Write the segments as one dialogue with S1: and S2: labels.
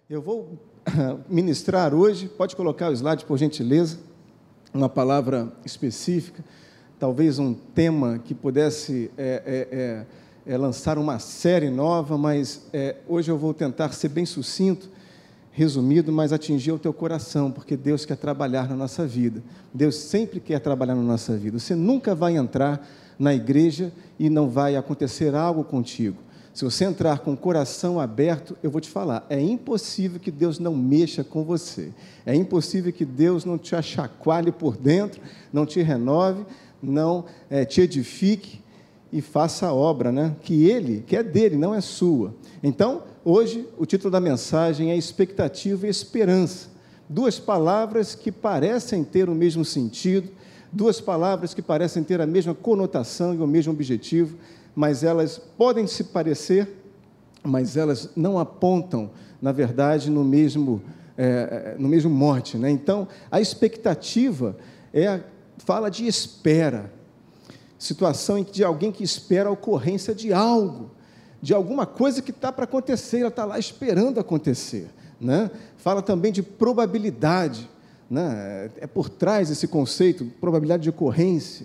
S1: Eu vou ministrar hoje, pode colocar o slide, por gentileza, uma palavra específica, talvez um tema que pudesse lançar uma série nova, mas hoje eu vou tentar ser bem sucinto, resumido, mas atingir o teu coração, porque Deus quer trabalhar na nossa vida. Deus sempre quer trabalhar na nossa vida. Você nunca vai entrar na igreja e não vai acontecer algo contigo. Se você entrar com o coração aberto, eu vou te falar, é impossível que Deus não mexa com você. É impossível que Deus não te achacoalhe por dentro, não te renove, não te edifique e faça a obra, né? Que é dele, não é sua. Então, hoje, o título da mensagem é expectativa e esperança. Duas palavras que parecem ter o mesmo sentido, duas palavras que parecem ter a mesma conotação e o mesmo objetivo, mas elas podem se parecer, mas elas não apontam, na verdade, no mesmo mote, né? Então, a expectativa fala de espera, situação de alguém que espera a ocorrência de algo, de alguma coisa que está para acontecer, ela está lá esperando acontecer, né? Fala também de probabilidade, né? É por trás esse conceito, probabilidade de ocorrência,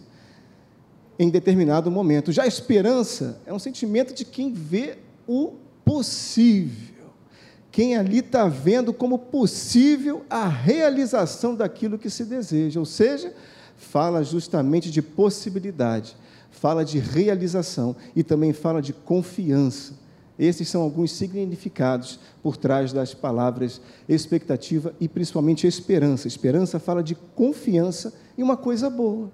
S1: em determinado momento. Já a esperança é um sentimento de quem vê o possível, quem ali está vendo como possível a realização daquilo que se deseja, ou seja, fala justamente de possibilidade, fala de realização e também fala de confiança. Esses são alguns significados por trás das palavras expectativa e principalmente esperança. Esperança fala de confiança e uma coisa boa.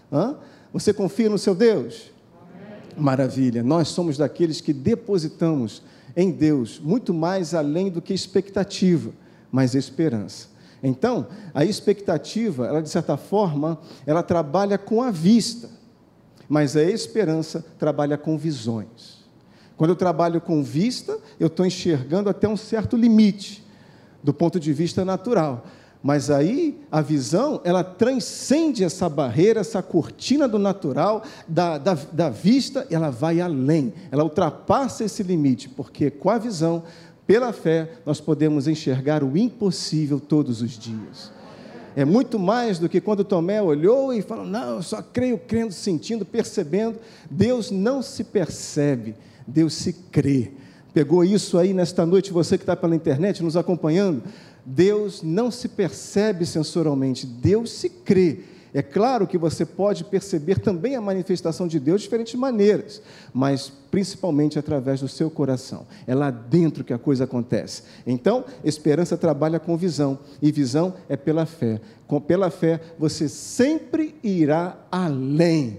S1: Você confia no seu Deus? Amém. Maravilha. Nós somos daqueles que depositamos em Deus muito mais além do que expectativa, mas esperança. Então, a expectativa, ela de certa forma, ela trabalha com a vista, mas a esperança trabalha com visões. Quando eu trabalho com vista, eu estou enxergando até um certo limite, do ponto de vista natural. Mas aí a visão, ela transcende essa barreira, essa cortina do natural, da vista, ela vai além, ela ultrapassa esse limite, porque com a visão, pela fé, nós podemos enxergar o impossível todos os dias. É muito mais do que quando Tomé olhou e falou, não, eu só creio, crendo, sentindo, percebendo. Deus não se percebe, Deus se crê. Pegou isso aí nesta noite, você que está pela internet nos acompanhando? Deus não se percebe sensorialmente, Deus se crê. É claro que você pode perceber também a manifestação de Deus de diferentes maneiras, mas principalmente através do seu coração. É lá dentro que a coisa acontece. Então, esperança trabalha com visão, e visão é pela fé. Pela fé, você sempre irá além.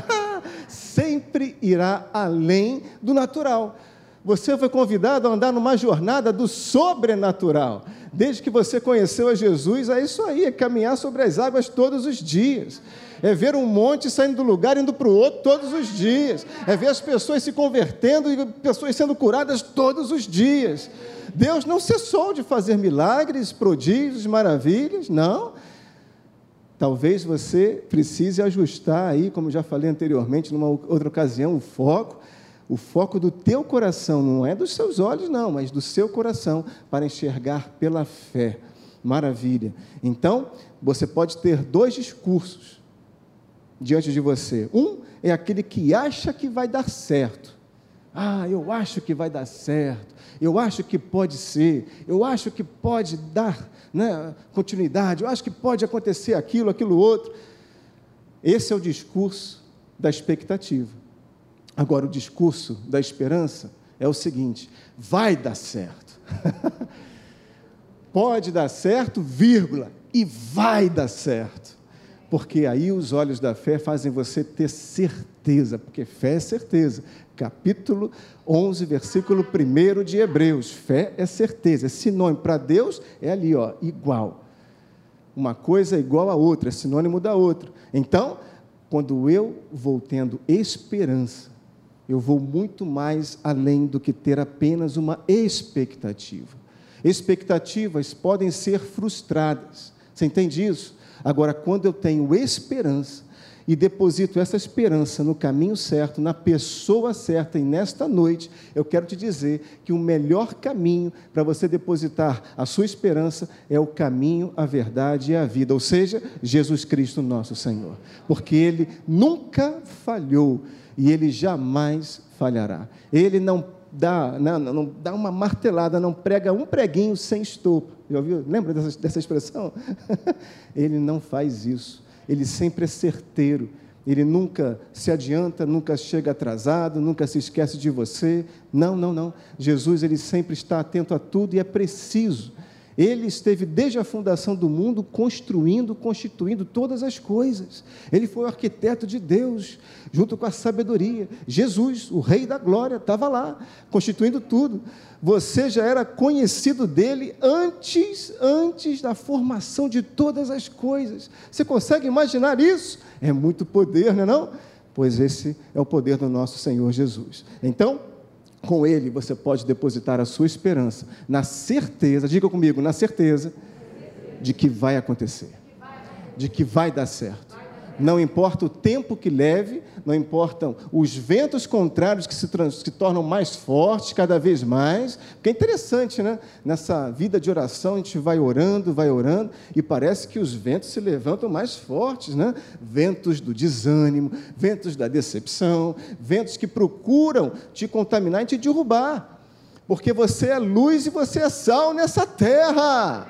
S1: Sempre irá além do natural. Você foi convidado a andar numa jornada do sobrenatural. Desde que você conheceu a Jesus, é isso aí, é caminhar sobre as águas todos os dias. É ver um monte saindo do lugar, indo para o outro todos os dias. É ver as pessoas se convertendo e pessoas sendo curadas todos os dias. Deus não cessou de fazer milagres, prodígios, maravilhas, não. Talvez você precise ajustar aí, como já falei anteriormente, numa outra ocasião, o foco do teu coração, não é dos seus olhos não, mas do seu coração, para enxergar pela fé. Maravilha. Então, você pode ter dois discursos diante de você. Um é aquele que acha que vai dar certo. Eu acho que vai dar certo, eu acho que pode ser, eu acho que pode dar, né, continuidade, eu acho que pode acontecer aquilo outro. Esse é o discurso da expectativa. Agora, o discurso da esperança é o seguinte, vai dar certo. Pode dar certo, vírgula, e vai dar certo. Porque aí os olhos da fé fazem você ter certeza, porque fé é certeza. Capítulo 11, versículo 1 de Hebreus, fé é certeza, é sinônimo para Deus, é ali, igual. Uma coisa é igual a outra, é sinônimo da outra. Então, quando eu vou tendo esperança, eu vou muito mais além do que ter apenas uma expectativa. Expectativas podem ser frustradas, você entende isso? Agora, quando eu tenho esperança, e deposito essa esperança no caminho certo, na pessoa certa, e nesta noite eu quero te dizer que o melhor caminho para você depositar a sua esperança é o caminho, a verdade e a vida, ou seja, Jesus Cristo nosso Senhor, porque Ele nunca falhou e Ele jamais falhará. Ele não dá uma martelada, não prega um preguinho sem estopo. Já ouviu? Lembra dessa expressão? Ele não faz isso. Ele sempre é certeiro. Ele nunca se adianta, nunca chega atrasado, nunca se esquece de você. Não. Jesus, ele sempre está atento a tudo e é preciso. Ele esteve desde a fundação do mundo construindo, constituindo todas as coisas. Ele foi o arquiteto de Deus, junto com a sabedoria. Jesus, o Rei da Glória, estava lá, constituindo tudo. Você já era conhecido dele antes da formação de todas as coisas. Você consegue imaginar isso? É muito poder, não é não? Pois esse é o poder do nosso Senhor Jesus. Então, com Ele você pode depositar a sua esperança, na certeza, diga comigo, na certeza de que vai acontecer, de que vai dar certo. Não importa o tempo que leve, não importam os ventos contrários que se tornam mais fortes cada vez mais, porque é interessante, né? Nessa vida de oração a gente vai orando, e parece que os ventos se levantam mais fortes, né? Ventos do desânimo, ventos da decepção, ventos que procuram te contaminar e te derrubar, porque você é luz e você é sal nessa terra.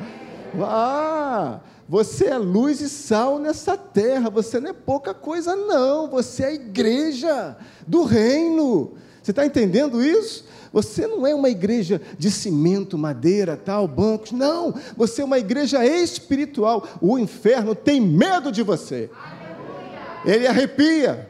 S1: Você é luz e sal nessa terra, você não é pouca coisa não, você é a igreja do reino, você está entendendo isso? Você não é uma igreja de cimento, madeira, tal, bancos, não, você é uma igreja espiritual, o inferno tem medo de você, ele arrepia,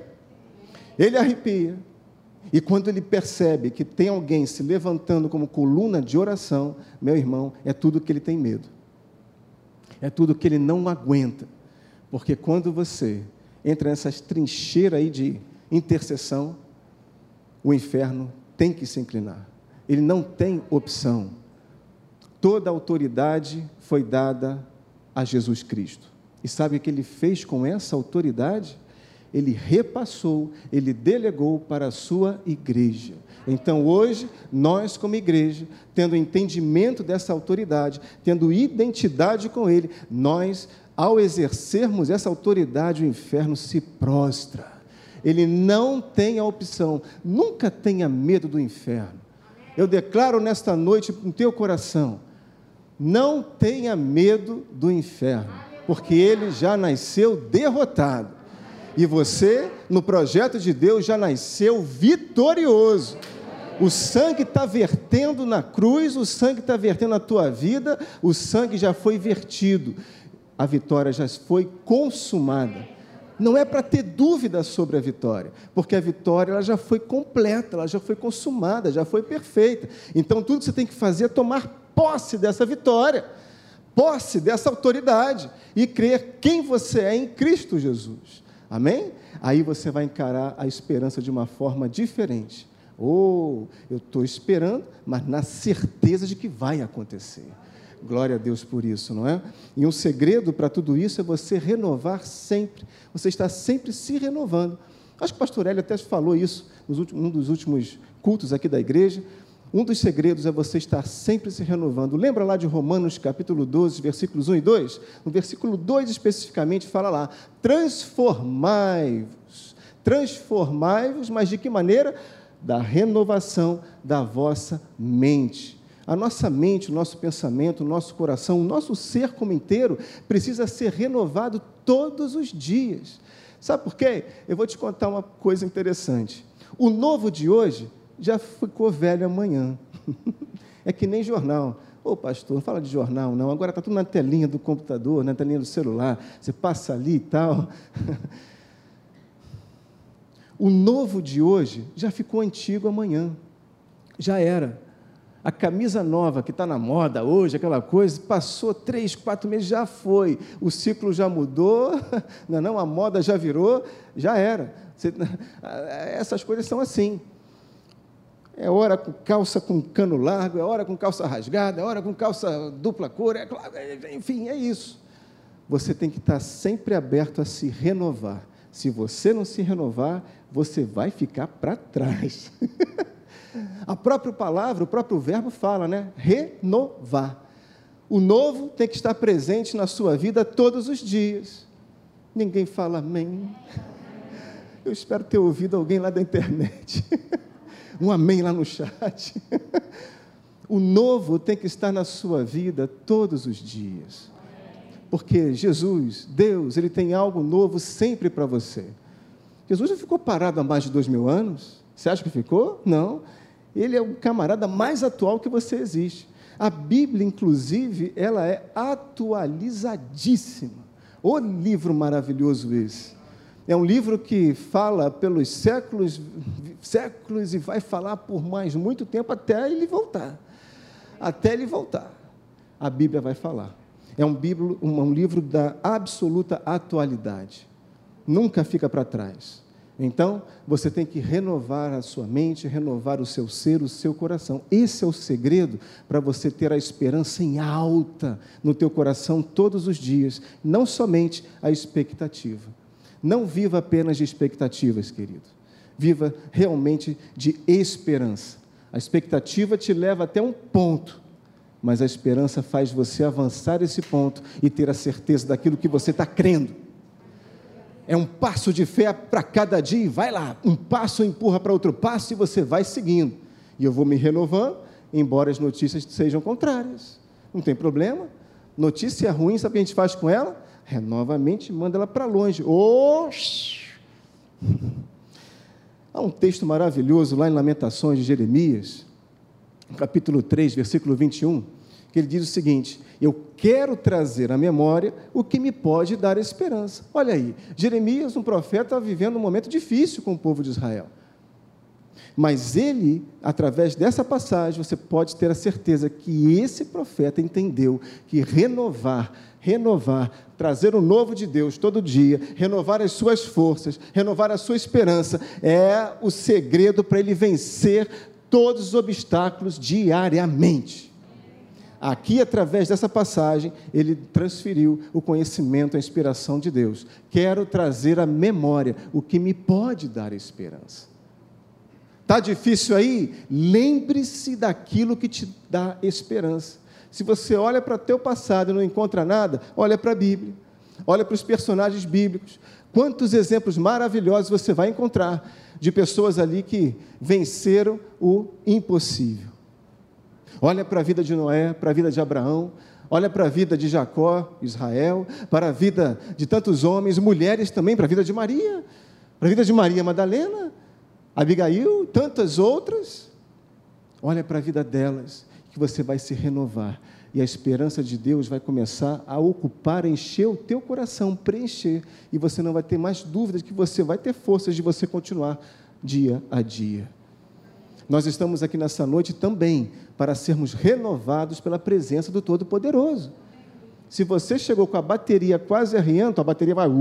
S1: e quando ele percebe que tem alguém se levantando como coluna de oração, meu irmão, é tudo que ele tem medo. É tudo que ele não aguenta, porque quando você entra nessas trincheiras aí de intercessão, o inferno tem que se inclinar, ele não tem opção. Toda a autoridade foi dada a Jesus Cristo, e sabe o que ele fez com essa autoridade? Ele repassou, ele delegou para a sua igreja. Então, hoje, nós como igreja, tendo entendimento dessa autoridade, tendo identidade com Ele, nós, ao exercermos essa autoridade, o inferno se prostra. Ele não tem a opção, nunca tenha medo do inferno. Eu declaro nesta noite no teu coração, não tenha medo do inferno, porque ele já nasceu derrotado. E você, no projeto de Deus, já nasceu vitorioso. O sangue está vertendo na cruz, o sangue está vertendo na tua vida, o sangue já foi vertido. A vitória já foi consumada. Não é para ter dúvida sobre a vitória, porque a vitória ela já foi completa, ela já foi consumada, já foi perfeita. Então, tudo que você tem que fazer é tomar posse dessa vitória, posse dessa autoridade e crer quem você é em Cristo Jesus. Amém? Aí você vai encarar a esperança de uma forma diferente. Eu estou esperando, mas na certeza de que vai acontecer. Glória a Deus por isso, não é? E um segredo para tudo isso é você renovar sempre. Você está sempre se renovando. Acho que o pastor Hélio até falou isso num dos últimos cultos aqui da igreja. Um dos segredos é você estar sempre se renovando. Lembra lá de Romanos capítulo 12, versículos 1 e 2? No versículo 2 especificamente fala lá, transformai-vos, mas de que maneira? Da renovação da vossa mente. A nossa mente, o nosso pensamento, o nosso coração, o nosso ser como inteiro precisa ser renovado todos os dias. Sabe por quê? Eu vou te contar uma coisa interessante. O novo de hoje já ficou velho amanhã. É que nem jornal. Ô pastor, não fala de jornal não, agora está tudo na telinha do computador, na telinha do celular, você passa ali e tal. O novo de hoje já ficou antigo amanhã, já era. A camisa nova que está na moda hoje, aquela coisa, passou 3, 4 meses, já foi, o ciclo já mudou, não, a moda já virou, já era. Essas coisas são assim. É hora com calça com cano largo, é hora com calça rasgada, é hora com calça dupla cor, enfim, é isso. Você tem que estar sempre aberto a se renovar. Se você não se renovar, você vai ficar para trás. A própria palavra, o próprio verbo fala, né? Renovar. O novo tem que estar presente na sua vida todos os dias. Ninguém fala amém. Eu espero ter ouvido alguém lá da internet. Um amém lá no chat. O novo tem que estar na sua vida todos os dias. Porque Jesus, Deus, Ele tem algo novo sempre para você. Jesus não ficou parado há mais de 2000 anos? Você acha que ficou? Não. Ele é o camarada mais atual que você existe. A Bíblia, inclusive, ela é atualizadíssima. O livro maravilhoso esse. É um livro que fala pelos séculos e vai falar por mais muito tempo até ele voltar. Até ele voltar. A Bíblia vai falar. É um livro da absoluta atualidade. Nunca fica para trás. Então, você tem que renovar a sua mente, renovar o seu ser, o seu coração. Esse é o segredo para você ter a esperança em alta no teu coração todos os dias, não somente a expectativa. Não viva apenas de expectativas, querido. Viva realmente de esperança. A expectativa te leva até um ponto, mas a esperança faz você avançar esse ponto e ter a certeza daquilo que você está crendo. É um passo de fé para cada dia e vai lá. Um passo empurra para outro passo e você vai seguindo. E eu vou me renovando, embora as notícias sejam contrárias. Não tem problema. Notícia ruim, sabe o que a gente faz com ela? Renova a mente e manda ela para longe. Há um texto maravilhoso lá em Lamentações de Jeremias, capítulo 3, versículo 21, que ele diz o seguinte: eu quero trazer à memória o que me pode dar esperança. Olha aí, Jeremias, um profeta, vivendo um momento difícil com o povo de Israel. Mas ele, através dessa passagem, você pode ter a certeza que esse profeta entendeu que renovar, trazer o novo de Deus todo dia, renovar as suas forças, renovar a sua esperança, é o segredo para ele vencer todos os obstáculos diariamente. Aqui, através dessa passagem, ele transferiu o conhecimento, a inspiração de Deus. Quero trazer à memória o que me pode dar esperança. Está difícil aí? Lembre-se daquilo que te dá esperança. Se você olha para o teu passado e não encontra nada, olha para a Bíblia, olha para os personagens bíblicos. Quantos exemplos maravilhosos você vai encontrar de pessoas ali que venceram o impossível. Olha para a vida de Noé, para a vida de Abraão, olha para a vida de Jacó, Israel, para a vida de tantos homens, mulheres também, para a vida de Maria, para a vida de Maria Madalena, Abigail, tantas outras. Olha para a vida delas, que você vai se renovar, e a esperança de Deus vai começar a ocupar, encher o teu coração, preencher, e você não vai ter mais dúvidas que você vai ter forças de você continuar dia a dia. Nós estamos aqui nessa noite também para sermos renovados pela presença do Todo-Poderoso. Se você chegou com a bateria quase arriando, a bateria vai...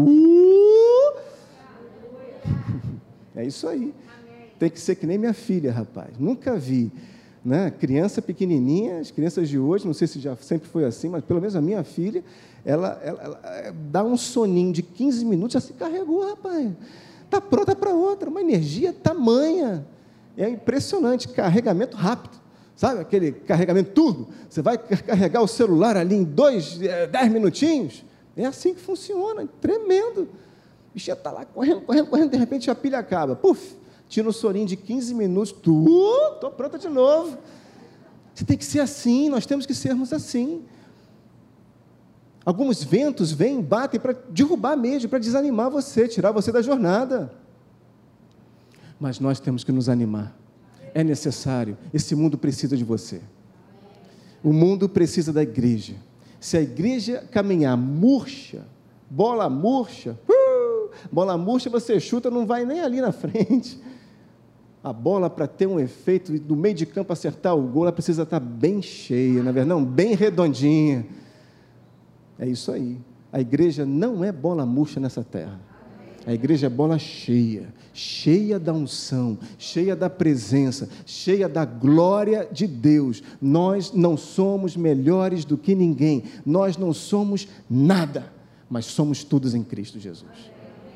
S1: É isso aí. Tem que ser que nem minha filha, rapaz. Nunca vi, né? Criança pequenininha, as crianças de hoje, não sei se já sempre foi assim, mas pelo menos a minha filha, ela dá um soninho de 15 minutos, já se carregou, rapaz. Está pronta para outra, uma energia tamanha. É impressionante, carregamento rápido, sabe, aquele carregamento turbo, você vai carregar o celular ali em 10 minutinhos, é assim que funciona, tremendo, o bichinho está lá correndo, de repente a pilha acaba, puf, tira um sorinho de 15 minutos, estou pronta de novo. Você tem que ser assim, nós temos que sermos assim. Alguns ventos vêm, batem para derrubar mesmo, para desanimar você, tirar você da jornada. Mas nós temos que nos animar. É necessário. Esse mundo precisa de você. O mundo precisa da igreja. Se a igreja caminhar murcha, bola murcha, você chuta, não vai nem ali na frente. A bola, para ter um efeito, do meio de campo acertar o gol, ela precisa estar bem cheia, na verdade, não, bem redondinha. É isso aí. A igreja não é bola murcha nessa terra. A igreja é bola cheia, cheia da unção, cheia da presença, cheia da glória de Deus. Nós não somos melhores do que ninguém, nós não somos nada, mas somos todos em Cristo Jesus.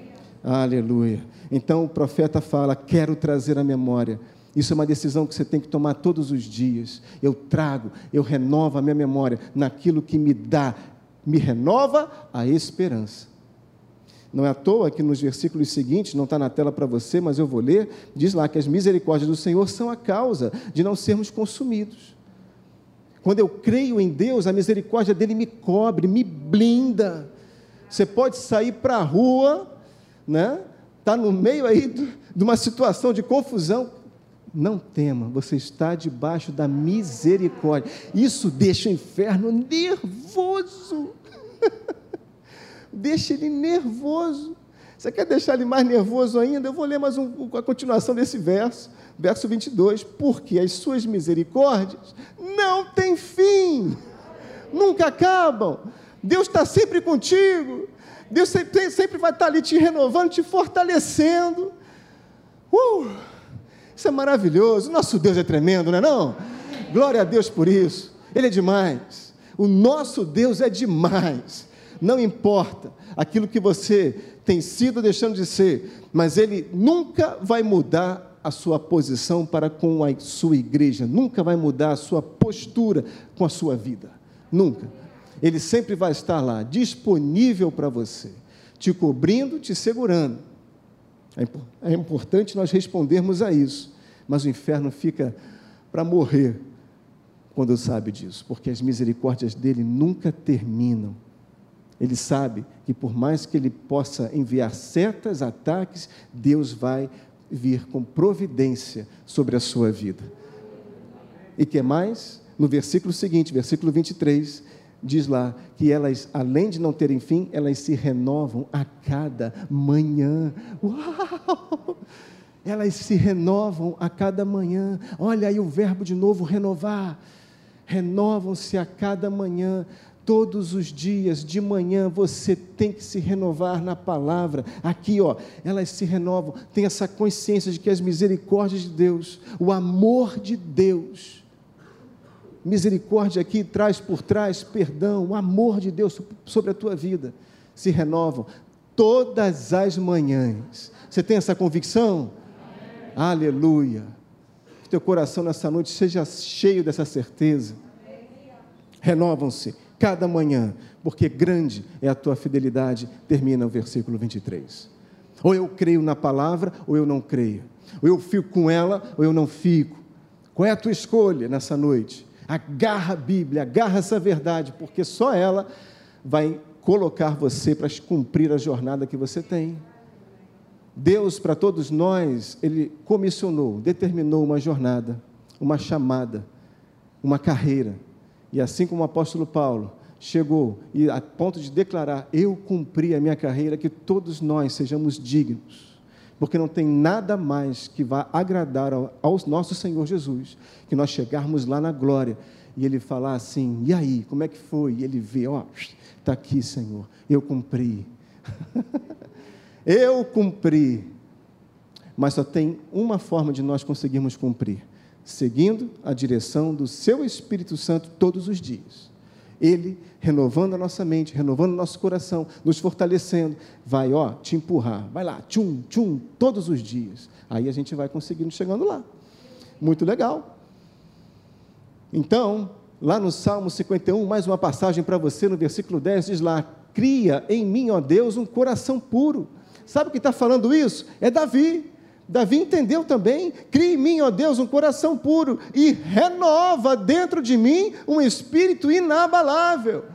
S1: Aleluia. Então o profeta fala: quero trazer à memória. Isso é uma decisão que você tem que tomar todos os dias. Eu renovo a minha memória naquilo que me renova a esperança. Não é à toa que nos versículos seguintes, não está na tela para você, mas eu vou ler, diz lá que as misericórdias do Senhor são a causa de não sermos consumidos. Quando eu creio em Deus, a misericórdia dele me cobre, me blinda. Você pode sair para a rua, né? Está no meio aí de uma situação de confusão. Não tema, você está debaixo da misericórdia. Isso deixa o inferno nervoso. Deixa ele nervoso. Você quer deixar ele mais nervoso ainda? Eu vou ler mais a continuação desse verso, verso 22. Porque as suas misericórdias não têm fim, nunca acabam. Deus está sempre contigo. Deus sempre vai estar ali te renovando, te fortalecendo. Isso é maravilhoso. Nosso Deus é tremendo, não é não? Glória a Deus por isso. Ele é demais. O nosso Deus é demais. Não importa aquilo que você tem sido deixando de ser, mas Ele nunca vai mudar a sua posição para com a sua igreja, nunca vai mudar a sua postura com a sua vida, nunca. Ele sempre vai estar lá, disponível para você, te cobrindo, te segurando. É importante nós respondermos a isso, mas o inferno fica para morrer quando sabe disso, porque as misericórdias dele nunca terminam. Ele sabe que por mais que ele possa enviar setas, ataques, Deus vai vir com providência sobre a sua vida. E que mais? No versículo seguinte, versículo 23, diz lá que elas, além de não terem fim, elas se renovam a cada manhã. Uau! Elas se renovam a cada manhã. Olha aí o verbo de novo, renovar. Renovam-se a cada manhã. Todos os dias, de manhã, você tem que se renovar na palavra. Aqui, elas se renovam. Tem essa consciência de que as misericórdias de Deus, o amor de Deus, misericórdia aqui traz por trás perdão, o amor de Deus sobre a tua vida, se renovam todas as manhãs. Você tem essa convicção? Amém. Aleluia. Que teu coração nessa noite seja cheio dessa certeza. Renovam-se cada manhã, porque grande é a tua fidelidade, termina o versículo 23. Ou eu creio na palavra, ou eu não creio. Ou eu fico com ela, ou eu não fico. Qual é a tua escolha nessa noite? Agarra a Bíblia, agarra essa verdade, porque só ela vai colocar você para cumprir a jornada que você tem. Deus, para todos nós, Ele comissionou, determinou uma jornada, uma chamada, uma carreira. E assim como o apóstolo Paulo chegou e a ponto de declarar: eu cumpri a minha carreira, que todos nós sejamos dignos, porque não tem nada mais que vá agradar ao nosso Senhor Jesus, que nós chegarmos lá na glória, e Ele falar assim: e aí, como é que foi? E Ele vê, está aqui, Senhor, eu cumpri, eu cumpri. Mas só tem uma forma de nós conseguirmos cumprir: seguindo a direção do seu Espírito Santo todos os dias. Ele, renovando a nossa mente, renovando o nosso coração, nos fortalecendo, vai, te empurrar, vai lá, tchum, tchum, todos os dias. Aí a gente vai conseguindo, chegando lá. Muito legal. Então, lá no Salmo 51, mais uma passagem para você, no versículo 10, diz lá: cria em mim, ó Deus, um coração puro. Sabe quem está falando isso? É Davi. Davi entendeu também: cria em mim, ó Deus, um coração puro e renova dentro de mim um espírito inabalável.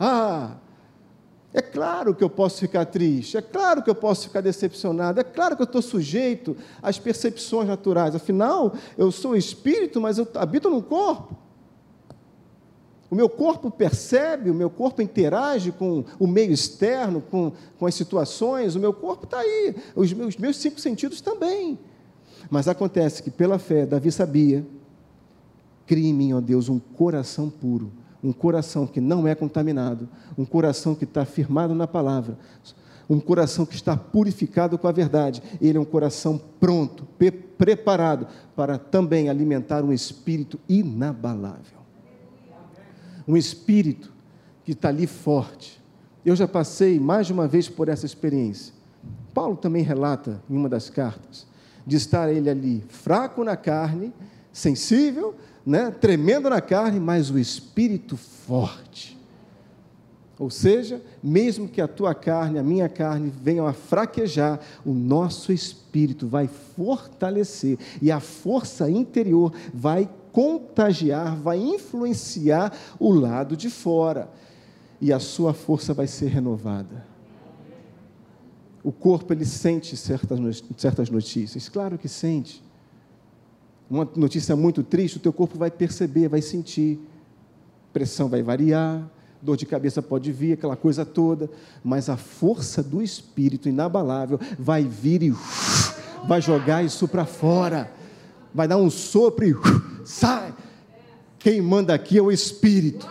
S1: É claro que eu posso ficar triste, é claro que eu posso ficar decepcionado, é claro que eu estou sujeito às percepções naturais, afinal, eu sou espírito, mas eu habito no corpo. O meu corpo percebe, o meu corpo interage com o meio externo, com as situações, o meu corpo está aí, os meus 5 sentidos também. Mas acontece que, pela fé, Davi sabia: cria em mim, ó Deus, um coração puro, um coração que não é contaminado, um coração que está firmado na palavra, um coração que está purificado com a verdade. Ele é um coração pronto, preparado para também alimentar um espírito inabalável. Um espírito que está ali forte. Eu já passei mais de uma vez por essa experiência. Paulo também relata em uma das cartas, de estar ele ali fraco na carne, sensível, né, tremendo na carne, mas o espírito forte. Ou seja, mesmo que a tua carne, a minha carne venham a fraquejar, o nosso espírito vai fortalecer e a força interior vai contagiar, vai influenciar o lado de fora e a sua força vai ser renovada. O corpo, ele sente certas notícias, claro que sente. Uma notícia muito triste, o teu corpo vai perceber, vai sentir. Pressão vai variar, dor de cabeça pode vir, aquela coisa toda, mas a força do Espírito inabalável vai vir e vai jogar isso para fora, vai dar um sopro e sai. Quem manda aqui é o Espírito.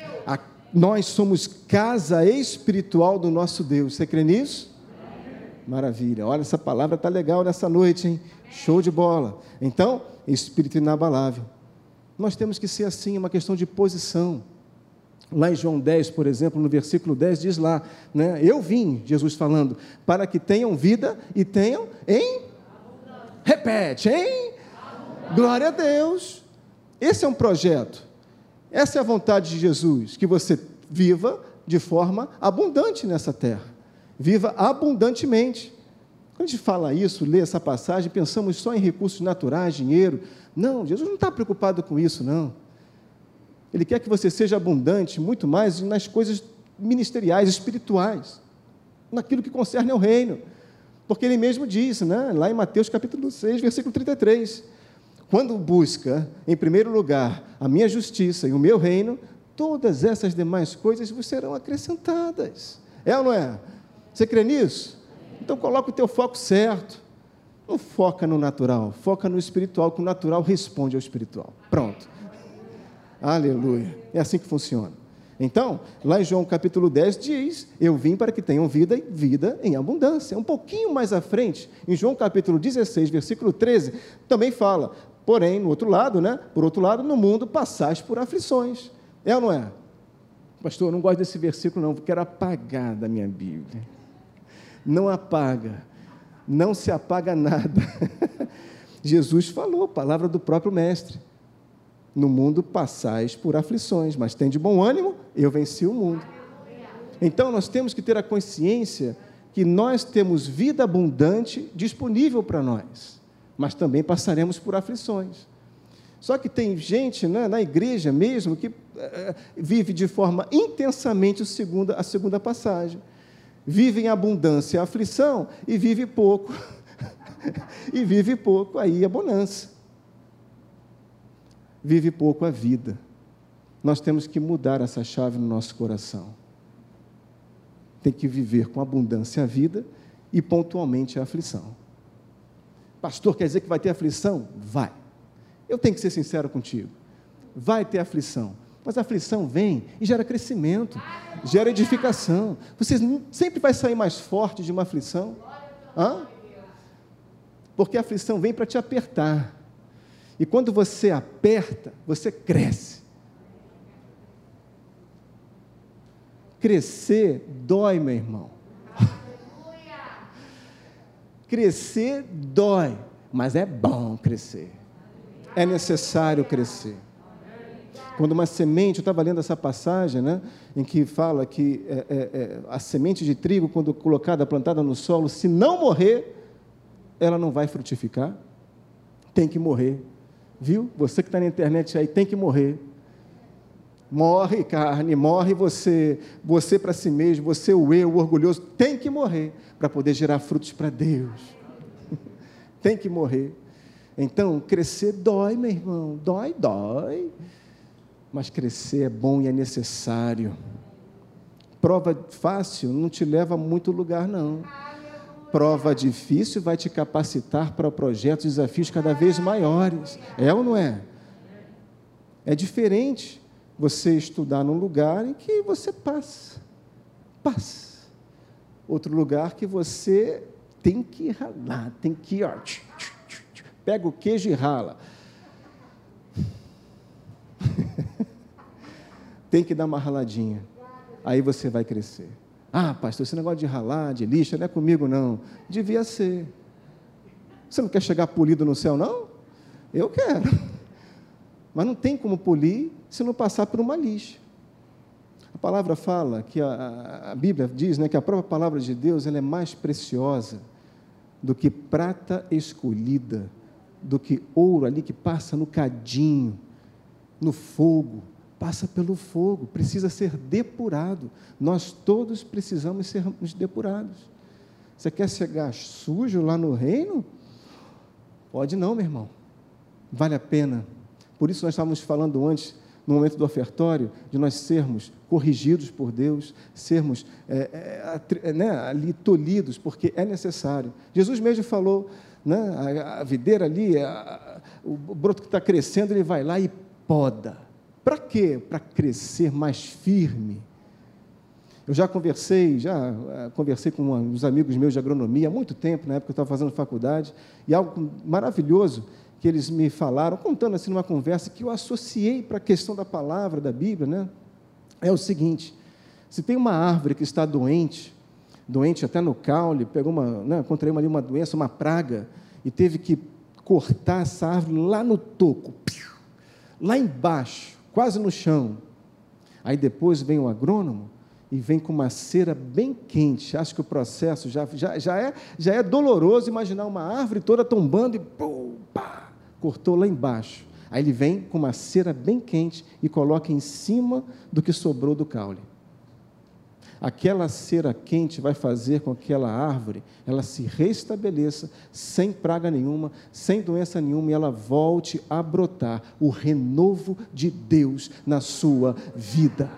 S1: Nós somos casa espiritual do nosso Deus. Você crê nisso? Maravilha, olha, essa palavra está legal nessa noite, hein? Show de bola. Então, espírito inabalável. Nós temos que ser assim, uma questão de posição. Lá em João 10, por exemplo, no versículo 10, diz lá, né? Eu vim, Jesus falando, para que tenham vida e tenham em... Repete, hein? Glória a Deus. Esse é um projeto. Essa é a vontade de Jesus, que você viva de forma abundante nessa terra. Viva abundantemente. Quando a gente fala isso, lê essa passagem, pensamos só em recursos naturais, dinheiro. Não, Jesus não está preocupado com isso, não. Ele quer que você seja abundante, muito mais nas coisas ministeriais, espirituais, naquilo que concerne ao reino. Porque ele mesmo disse, né, lá em Mateus capítulo 6, versículo 33, quando busca, em primeiro lugar, a minha justiça e o meu reino, todas essas demais coisas vos serão acrescentadas. É ou não é? Você crê nisso? Então coloca o teu foco certo. Não foca no natural, foca no espiritual, que o natural responde ao espiritual. Pronto. Aleluia. É assim que funciona. Então, lá em João capítulo 10 diz, eu vim para que tenham vida e vida em abundância. Um pouquinho mais à frente, em João capítulo 16, versículo 13, também fala, porém, no outro lado, né? Por outro lado, no mundo passais por aflições. É ou não é? Pastor, eu não gosto desse versículo não, quero apagar da minha Bíblia. Não apaga, não se apaga nada. Jesus falou, palavra do próprio mestre, no mundo passais por aflições, mas tem de bom ânimo, eu venci o mundo. Então nós temos que ter a consciência que nós temos vida abundante disponível para nós, mas também passaremos por aflições. Só que tem gente, né, na igreja mesmo que vive de forma intensamente a segunda passagem. Vive em abundância a aflição e vive pouco. E vive pouco aí a bonança. Vive pouco a vida. Nós temos que mudar essa chave no nosso coração. Tem que viver com abundância a vida e pontualmente a aflição. Pastor, quer dizer que vai ter aflição? Vai. Eu tenho que ser sincero contigo. Vai ter aflição. Mas a aflição vem e gera crescimento, gera edificação. Você sempre vai sair mais forte de uma aflição. Hã? Porque a aflição vem para te apertar. E quando você aperta, você cresce. Crescer dói, meu irmão. Crescer dói, mas é bom crescer. É necessário crescer. Quando uma semente, eu estava lendo essa passagem, né, em que fala que a semente de trigo, quando colocada, plantada no solo, se não morrer, ela não vai frutificar. Tem que morrer. Viu? Você que está na internet aí, tem que morrer. Morre carne, morre você para si mesmo, você o eu, o orgulhoso, tem que morrer para poder gerar frutos para Deus. Tem que morrer. Então, crescer dói, meu irmão, dói. Mas crescer é bom e é necessário. Prova fácil não te leva a muito lugar, não. Prova difícil vai te capacitar para projetos e desafios cada vez maiores. É ou não é? É diferente você estudar num lugar em que você passa. Outro lugar que você tem que ralar, tem que... pega o queijo e rala. Tem que dar uma raladinha. Aí você vai crescer. Ah, pastor, esse negócio de ralar, de lixa, não é comigo não. Devia ser. Você não quer chegar polido no céu, não? Eu quero. Mas não tem como polir se não passar por uma lixa. A palavra fala, que a Bíblia diz, né, que a própria palavra de Deus ela é mais preciosa do que prata escolhida, do que ouro ali que passa no cadinho, no fogo, passa pelo fogo, precisa ser depurado. Nós todos precisamos sermos depurados. Você quer chegar sujo lá no reino? Pode não, meu irmão. Vale a pena. Por isso nós estávamos falando antes, no momento do ofertório, de nós sermos corrigidos por Deus, sermos ali tolhidos, porque é necessário. Jesus mesmo falou, né, a videira ali, o broto que está crescendo, ele vai lá e poda. Para quê? Para crescer mais firme. Eu já conversei com uns amigos meus de agronomia há muito tempo, na época que eu estava fazendo faculdade, e algo maravilhoso que eles me falaram, contando assim numa conversa, que eu associei para a questão da palavra, da Bíblia, né? É o seguinte: se tem uma árvore que está doente até no caule, contraiu ali uma doença, uma praga, e teve que cortar essa árvore lá no toco, lá embaixo, quase no chão. Aí depois vem o agrônomo e vem com uma cera bem quente. Acho que o processo já é doloroso imaginar uma árvore toda tombando e cortou lá embaixo. Aí ele vem com uma cera bem quente e coloca em cima do que sobrou do caule. Aquela cera quente vai fazer com que aquela árvore ela se restabeleça sem praga nenhuma, sem doença nenhuma, e ela volte a brotar o renovo de Deus na sua vida.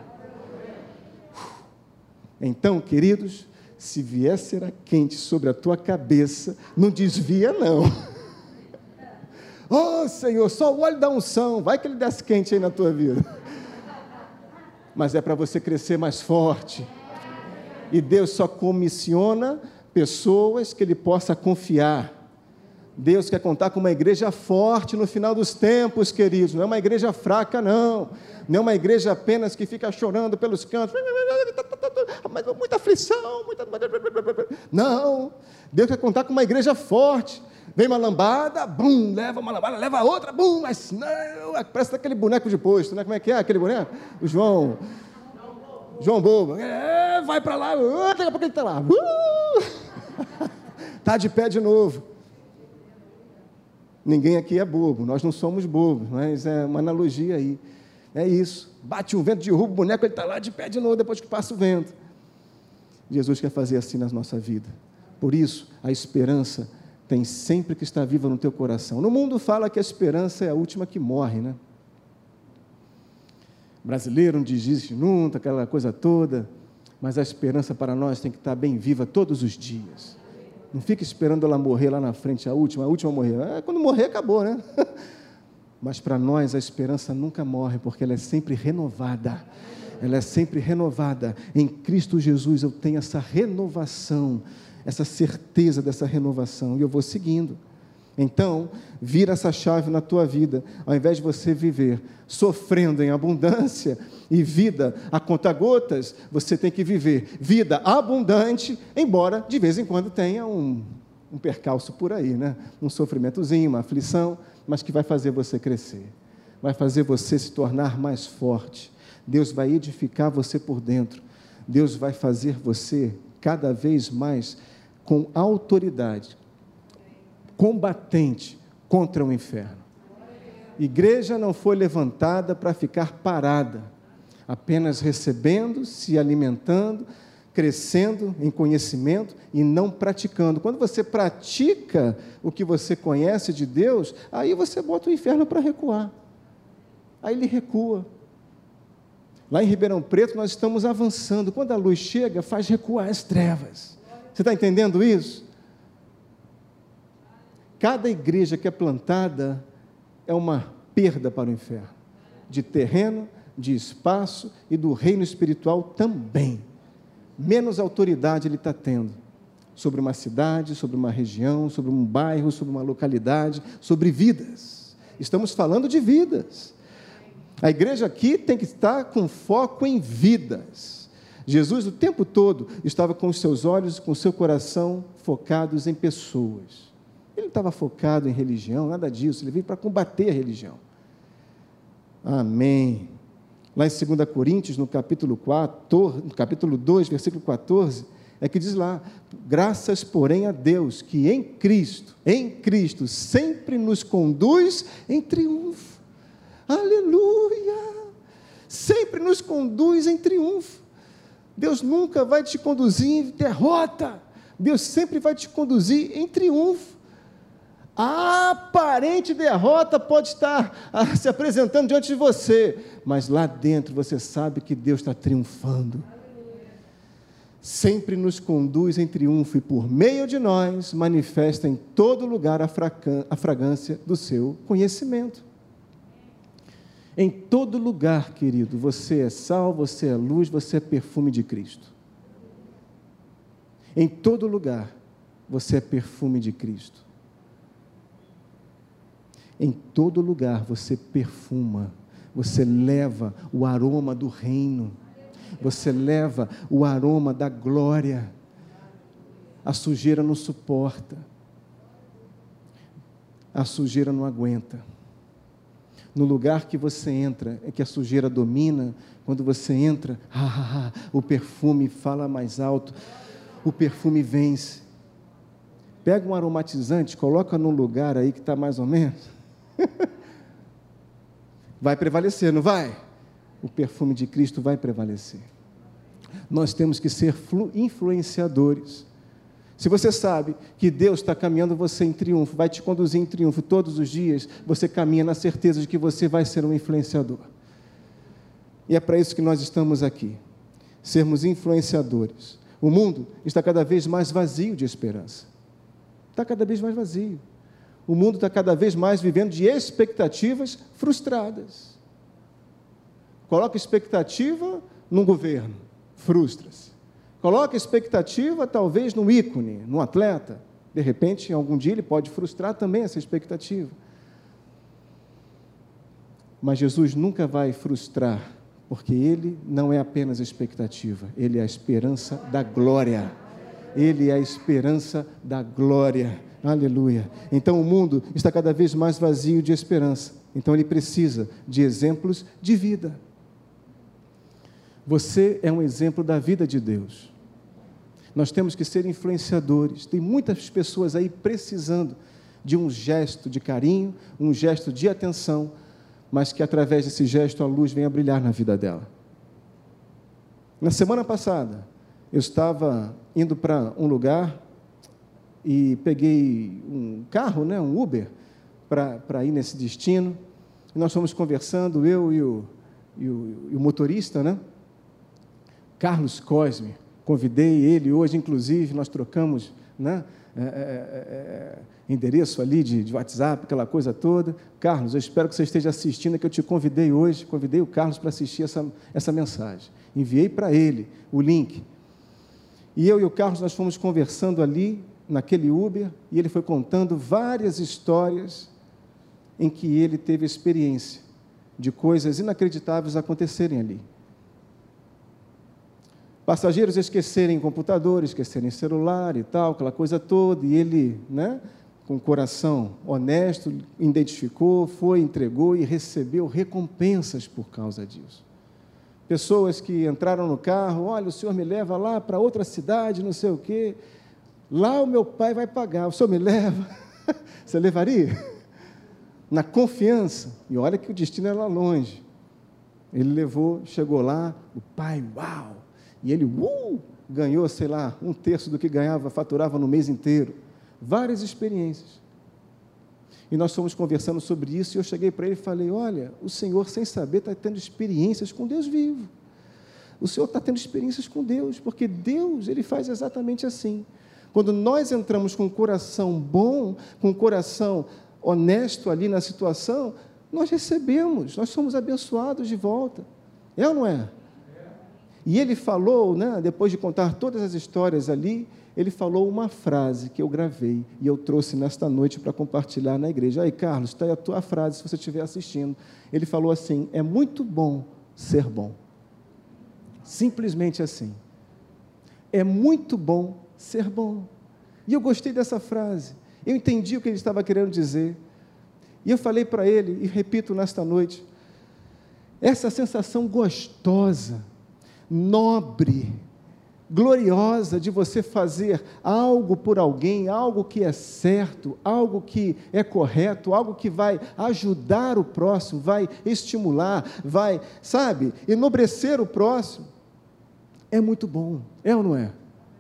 S1: Então, queridos, se vier cera quente sobre a tua cabeça, não desvia não. Oh, Senhor, só o óleo da unção, vai que ele desce quente aí na tua vida. Mas é para você crescer mais forte. E Deus só comissiona pessoas que Ele possa confiar. Deus quer contar com uma igreja forte no final dos tempos, queridos. Não é uma igreja fraca, não. Não é uma igreja apenas que fica chorando pelos cantos. Mas muita aflição, Não. Deus quer contar com uma igreja forte. Vem uma lambada, bum, leva uma lambada, leva outra, bum, mas não, parece aquele boneco de posto, né? Como é que é aquele boneco? O João Bobo, vai para lá, daqui a pouco ele está lá, está de pé de novo. Ninguém aqui é bobo, nós não somos bobos, mas é uma analogia aí, é isso, bate um vento, derruba o boneco, ele está lá de pé de novo, depois que passa o vento. Jesus quer fazer assim na nossa vida, por isso a esperança tem sempre que estar viva no teu coração. No mundo fala que a esperança é a última que morre, né? Brasileiro não desiste nunca, aquela coisa toda, mas a esperança para nós tem que estar bem viva todos os dias. Não fica esperando ela morrer lá na frente, a última morrer. Quando morrer, acabou, né? Mas para nós a esperança nunca morre, porque ela é sempre renovada. Ela é sempre renovada. Em Cristo Jesus eu tenho essa renovação, essa certeza dessa renovação, e eu vou seguindo. Então, vira essa chave na tua vida, ao invés de você viver sofrendo em abundância e vida a conta-gotas, você tem que viver vida abundante, embora de vez em quando tenha um percalço por aí, né? Um sofrimentozinho, uma aflição, mas que vai fazer você crescer, vai fazer você se tornar mais forte. Deus vai edificar você por dentro, Deus vai fazer você cada vez mais com autoridade, combatente contra o inferno. Igreja não foi levantada para ficar parada, apenas recebendo, se alimentando, crescendo em conhecimento e não praticando. Quando você pratica o que você conhece de Deus, aí você bota o inferno para recuar. Aí ele recua. Lá em Ribeirão Preto nós estamos avançando. Quando a luz chega, faz recuar as trevas. Você está entendendo isso? Cada igreja que é plantada é uma perda para o inferno, de terreno, de espaço e do reino espiritual também. Menos autoridade ele está tendo sobre uma cidade, sobre uma região, sobre um bairro, sobre uma localidade, sobre vidas. Estamos falando de vidas. A igreja aqui tem que estar com foco em vidas. Jesus, o tempo todo, estava com os seus olhos, com o seu coração focados em pessoas. Ele não estava focado em religião, nada disso. Ele veio para combater a religião. Amém. Lá em 2 Coríntios, no capítulo 2, versículo 14, é que diz lá: graças, porém, a Deus, que em Cristo, sempre nos conduz em triunfo. Aleluia! Sempre nos conduz em triunfo. Deus nunca vai te conduzir em derrota. Deus sempre vai te conduzir em triunfo. A aparente derrota pode estar se apresentando diante de você, mas lá dentro você sabe que Deus está triunfando. Sempre nos conduz em triunfo e por meio de nós manifesta em todo lugar a fragrância do seu conhecimento. Em todo lugar, querido, você é sal, você é luz, você é perfume de Cristo. Em todo lugar, você é perfume de Cristo. Em todo lugar você perfuma, você leva o aroma do reino, você leva o aroma da glória. A sujeira não suporta, a sujeira não aguenta. No lugar que você entra, é que a sujeira domina. Quando você entra, o perfume fala mais alto, o perfume vence. Pega um aromatizante, coloca num lugar aí que está mais ou menos, vai prevalecer, não vai? O perfume de Cristo vai prevalecer. Nós temos que ser influenciadores. Se você sabe que Deus está caminhando você em triunfo, vai te conduzir em triunfo todos os dias, você caminha na certeza de que você vai ser um influenciador. E é para isso que nós estamos aqui, sermos influenciadores. O mundo está cada vez mais vazio de esperança. Está cada vez mais vazio. O mundo está cada vez mais vivendo de expectativas frustradas. Coloca expectativa num governo, frustra-se. Coloca expectativa, talvez, num ícone, num atleta. De repente, algum dia ele pode frustrar também essa expectativa. Mas Jesus nunca vai frustrar, porque Ele não é apenas expectativa, Ele é a esperança da glória. Ele é a esperança da glória. Aleluia. Então o mundo está cada vez mais vazio de esperança. Então ele precisa de exemplos de vida. Você é um exemplo da vida de Deus. Nós temos que ser influenciadores. Tem muitas pessoas aí precisando de um gesto de carinho, um gesto de atenção, mas que através desse gesto a luz venha brilhar na vida dela. Na semana passada, eu estava indo para um lugar e peguei um carro, um Uber, para ir nesse destino. E nós fomos conversando, eu e o motorista, Carlos Cosme. Convidei ele hoje, inclusive, nós trocamos endereço ali de WhatsApp, aquela coisa toda. Carlos, eu espero que você esteja assistindo, que eu te convidei hoje, convidei o Carlos para assistir essa mensagem. Enviei para ele o link. E eu e o Carlos, nós fomos conversando ali, naquele Uber, e ele foi contando várias histórias em que ele teve experiência de coisas inacreditáveis acontecerem ali. Passageiros esquecerem computador, esquecerem celular e tal, aquela coisa toda, e ele, com o coração honesto, identificou, foi, entregou e recebeu recompensas por causa disso. Pessoas que entraram no carro, olha, o senhor me leva lá para outra cidade, não sei o quê, lá o meu pai vai pagar, o senhor me leva? Você levaria? Na confiança, e olha que o destino era lá longe. Ele levou, chegou lá, o pai, uau! E ele, ganhou, sei lá, 1/3 do que ganhava, faturava no mês inteiro. Várias experiências. E nós fomos conversando sobre isso, e eu cheguei para ele e falei, olha, o senhor, sem saber, está tendo experiências com Deus vivo. O senhor está tendo experiências com Deus, porque Deus, Ele faz exatamente assim. Quando nós entramos com um coração bom, com um coração honesto ali na situação, nós recebemos, nós somos abençoados de volta. É ou não é? E ele falou, depois de contar todas as histórias ali, ele falou uma frase que eu gravei e eu trouxe nesta noite para compartilhar na igreja. Aí, Carlos, está aí a tua frase, se você estiver assistindo. Ele falou assim, é muito bom ser bom. Simplesmente assim. É muito bom ser bom. E eu gostei dessa frase. Eu entendi o que ele estava querendo dizer. E eu falei para ele, e repito nesta noite, essa sensação gostosa, nobre, gloriosa de você fazer algo por alguém, algo que é certo, algo que é correto, algo que vai ajudar o próximo, vai estimular, vai, sabe, enobrecer o próximo, é muito bom, é ou não é?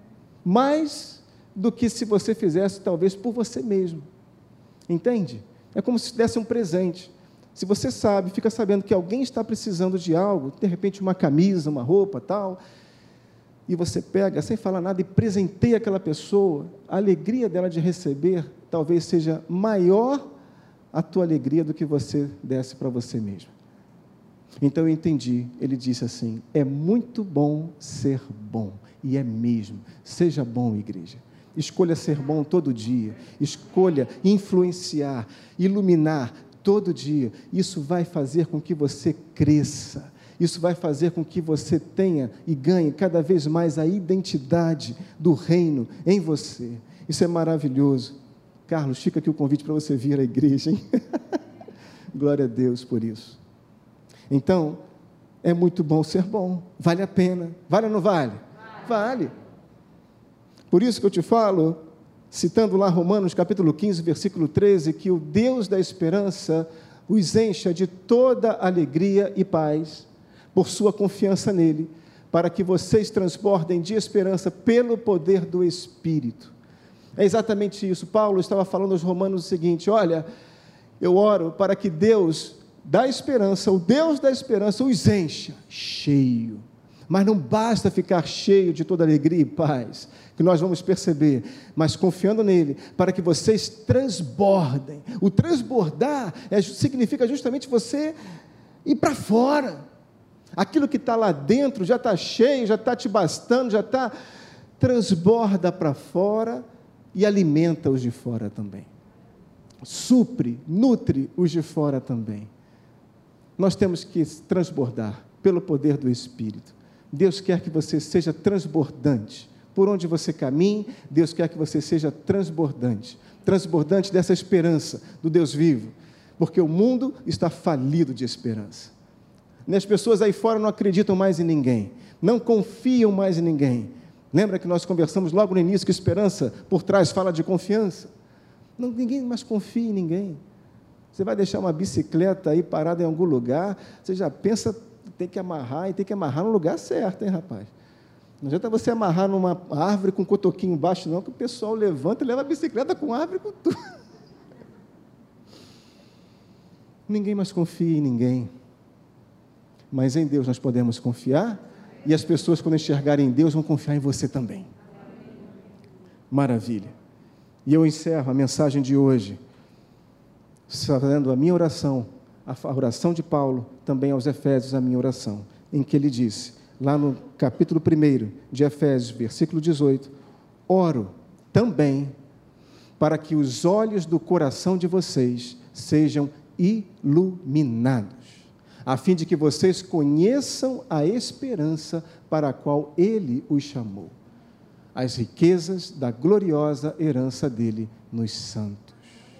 S1: Mais do que se você fizesse talvez por você mesmo, entende? É como se desse um presente. Se você sabe, fica sabendo que alguém está precisando de algo, de repente uma camisa, uma roupa, tal, e você pega, sem falar nada, e presenteia aquela pessoa, a alegria dela de receber, talvez seja maior a tua alegria do que você desse para você mesmo. Então eu entendi, ele disse assim, é muito bom ser bom, e é mesmo, seja bom, igreja. Escolha ser bom todo dia, escolha influenciar, iluminar todo dia. Isso vai fazer com que você cresça, isso vai fazer com que você tenha e ganhe cada vez mais a identidade do reino em você. Isso é maravilhoso. Carlos, fica aqui o convite para você vir à igreja, hein? Glória a Deus por isso. Então, é muito bom ser bom, vale a pena. Vale ou não vale? Vale. Por isso que eu te falo, citando lá Romanos capítulo 15, versículo 13, que o Deus da esperança os encha de toda alegria e paz, por sua confiança nele, para que vocês transbordem de esperança pelo poder do Espírito. É exatamente isso. Paulo estava falando aos romanos o seguinte, olha, eu oro para que Deus da esperança, o Deus da esperança os encha, cheio. Mas não basta ficar cheio de toda alegria e paz, que nós vamos perceber, mas confiando nele, para que vocês transbordem. O transbordar significa justamente você ir para fora. Aquilo que está lá dentro já está cheio, já está te bastando, já está, transborda para fora e alimenta os de fora também. Supre, nutre os de fora também. Nós temos que transbordar pelo poder do Espírito. Deus quer que você seja transbordante. Por onde você caminhe, Deus quer que você seja transbordante. Transbordante dessa esperança do Deus vivo. Porque o mundo está falido de esperança. E as pessoas aí fora não acreditam mais em ninguém. Não confiam mais em ninguém. Lembra que nós conversamos logo no início que esperança por trás fala de confiança? Não, ninguém mais confia em ninguém. Você vai deixar uma bicicleta aí parada em algum lugar, você já pensa, tem que amarrar, e tem que amarrar no lugar certo, hein, rapaz? Não adianta você amarrar numa árvore com um cotoquinho embaixo, não, que o pessoal levanta e leva a bicicleta com árvore, com tudo. Ninguém mais confia em ninguém. Mas em Deus nós podemos confiar, e as pessoas, quando enxergarem em Deus, vão confiar em você também. Maravilha. E eu encerro a mensagem de hoje, fazendo a minha oração, a oração de Paulo, também aos Efésios, a minha oração, em que ele disse, lá no capítulo 1 de Efésios, versículo 18, oro também para que os olhos do coração de vocês sejam iluminados, a fim de que vocês conheçam a esperança para a qual Ele os chamou, as riquezas da gloriosa herança dele nos santos.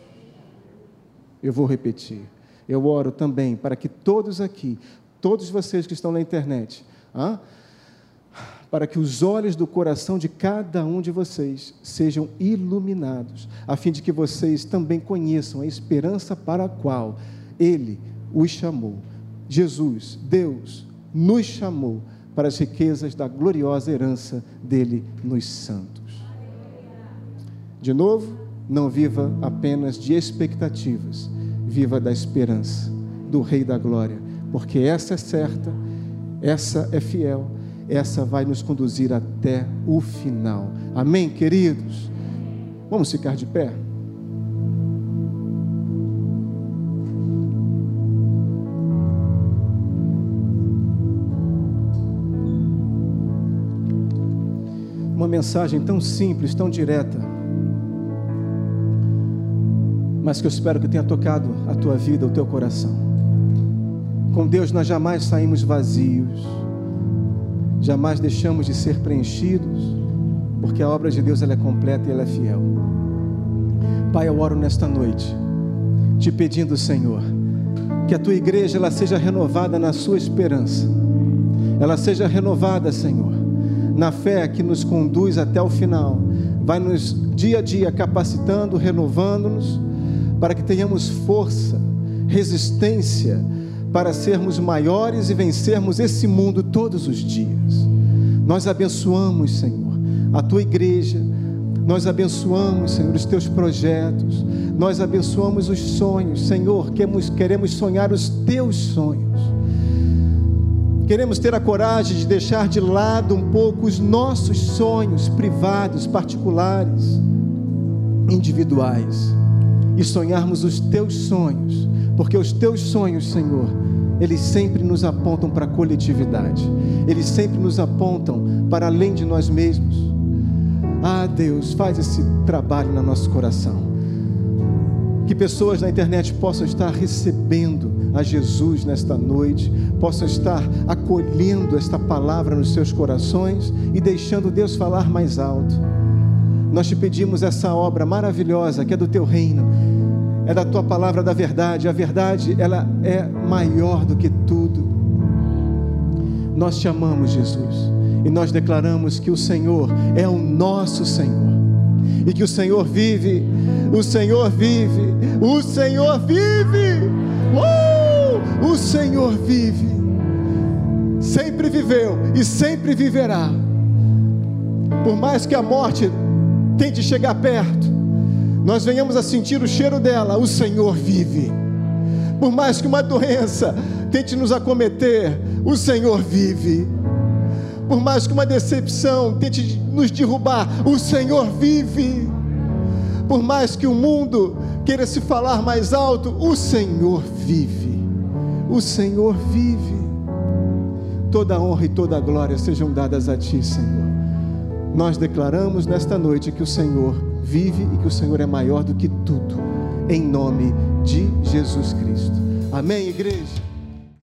S1: Eu vou repetir. Eu oro também para que todos aqui, todos vocês que estão na internet, para que os olhos do coração de cada um de vocês sejam iluminados, a fim de que vocês também conheçam a esperança para a qual Ele os chamou. Jesus, Deus, nos chamou para as riquezas da gloriosa herança dele nos santos. De novo, não viva apenas de expectativas, viva da esperança do Rei da Glória, porque essa é certa, essa é fiel, essa vai nos conduzir até o final. Amém, queridos? Vamos ficar de pé? Uma mensagem tão simples, tão direta, mas que eu espero que tenha tocado a tua vida, o teu coração. Com Deus nós jamais saímos vazios. jamais deixamos de ser preenchidos, porque a obra de Deus ela é completa e ela é fiel. Pai, eu oro nesta noite, te pedindo, Senhor, que a tua igreja ela seja renovada na sua esperança, ela seja renovada, Senhor, na fé que nos conduz até o final, vai nos dia a dia capacitando, renovando-nos, para que tenhamos força, resistência, para sermos maiores e vencermos esse mundo todos os dias. Nós abençoamos, Senhor, a tua igreja, nós abençoamos, Senhor, os teus projetos, nós abençoamos os sonhos, Senhor, queremos sonhar os teus sonhos, queremos ter a coragem de deixar de lado um pouco os nossos sonhos privados, particulares, individuais, e sonharmos os teus sonhos, porque os teus sonhos, Senhor, eles sempre nos apontam para a coletividade, eles sempre nos apontam para além de nós mesmos. Ah, Deus, faz esse trabalho no nosso coração, que pessoas na internet possam estar recebendo a Jesus nesta noite, possam estar acolhendo esta palavra nos seus corações e deixando Deus falar mais alto. Nós te pedimos essa obra maravilhosa que é do teu reino, é da tua palavra da verdade. A verdade ela é maior do que tudo. Nós te amamos, Jesus, e nós declaramos que o Senhor é o nosso Senhor, e que o Senhor vive, o Senhor vive, o Senhor vive, o Senhor vive, sempre viveu e sempre viverá. Por mais que a morte tente chegar perto, nós venhamos a sentir o cheiro dela, o Senhor vive. Por mais que uma doença tente nos acometer, o Senhor vive. Por mais que uma decepção tente nos derrubar, o Senhor vive. Por mais que o mundo queira se falar mais alto, o Senhor vive. O Senhor vive. Toda a honra e toda a glória sejam dadas a Ti, Senhor. Nós declaramos nesta noite que o Senhor vive e que o Senhor é maior do que tudo, em nome de Jesus Cristo. Amém, igreja?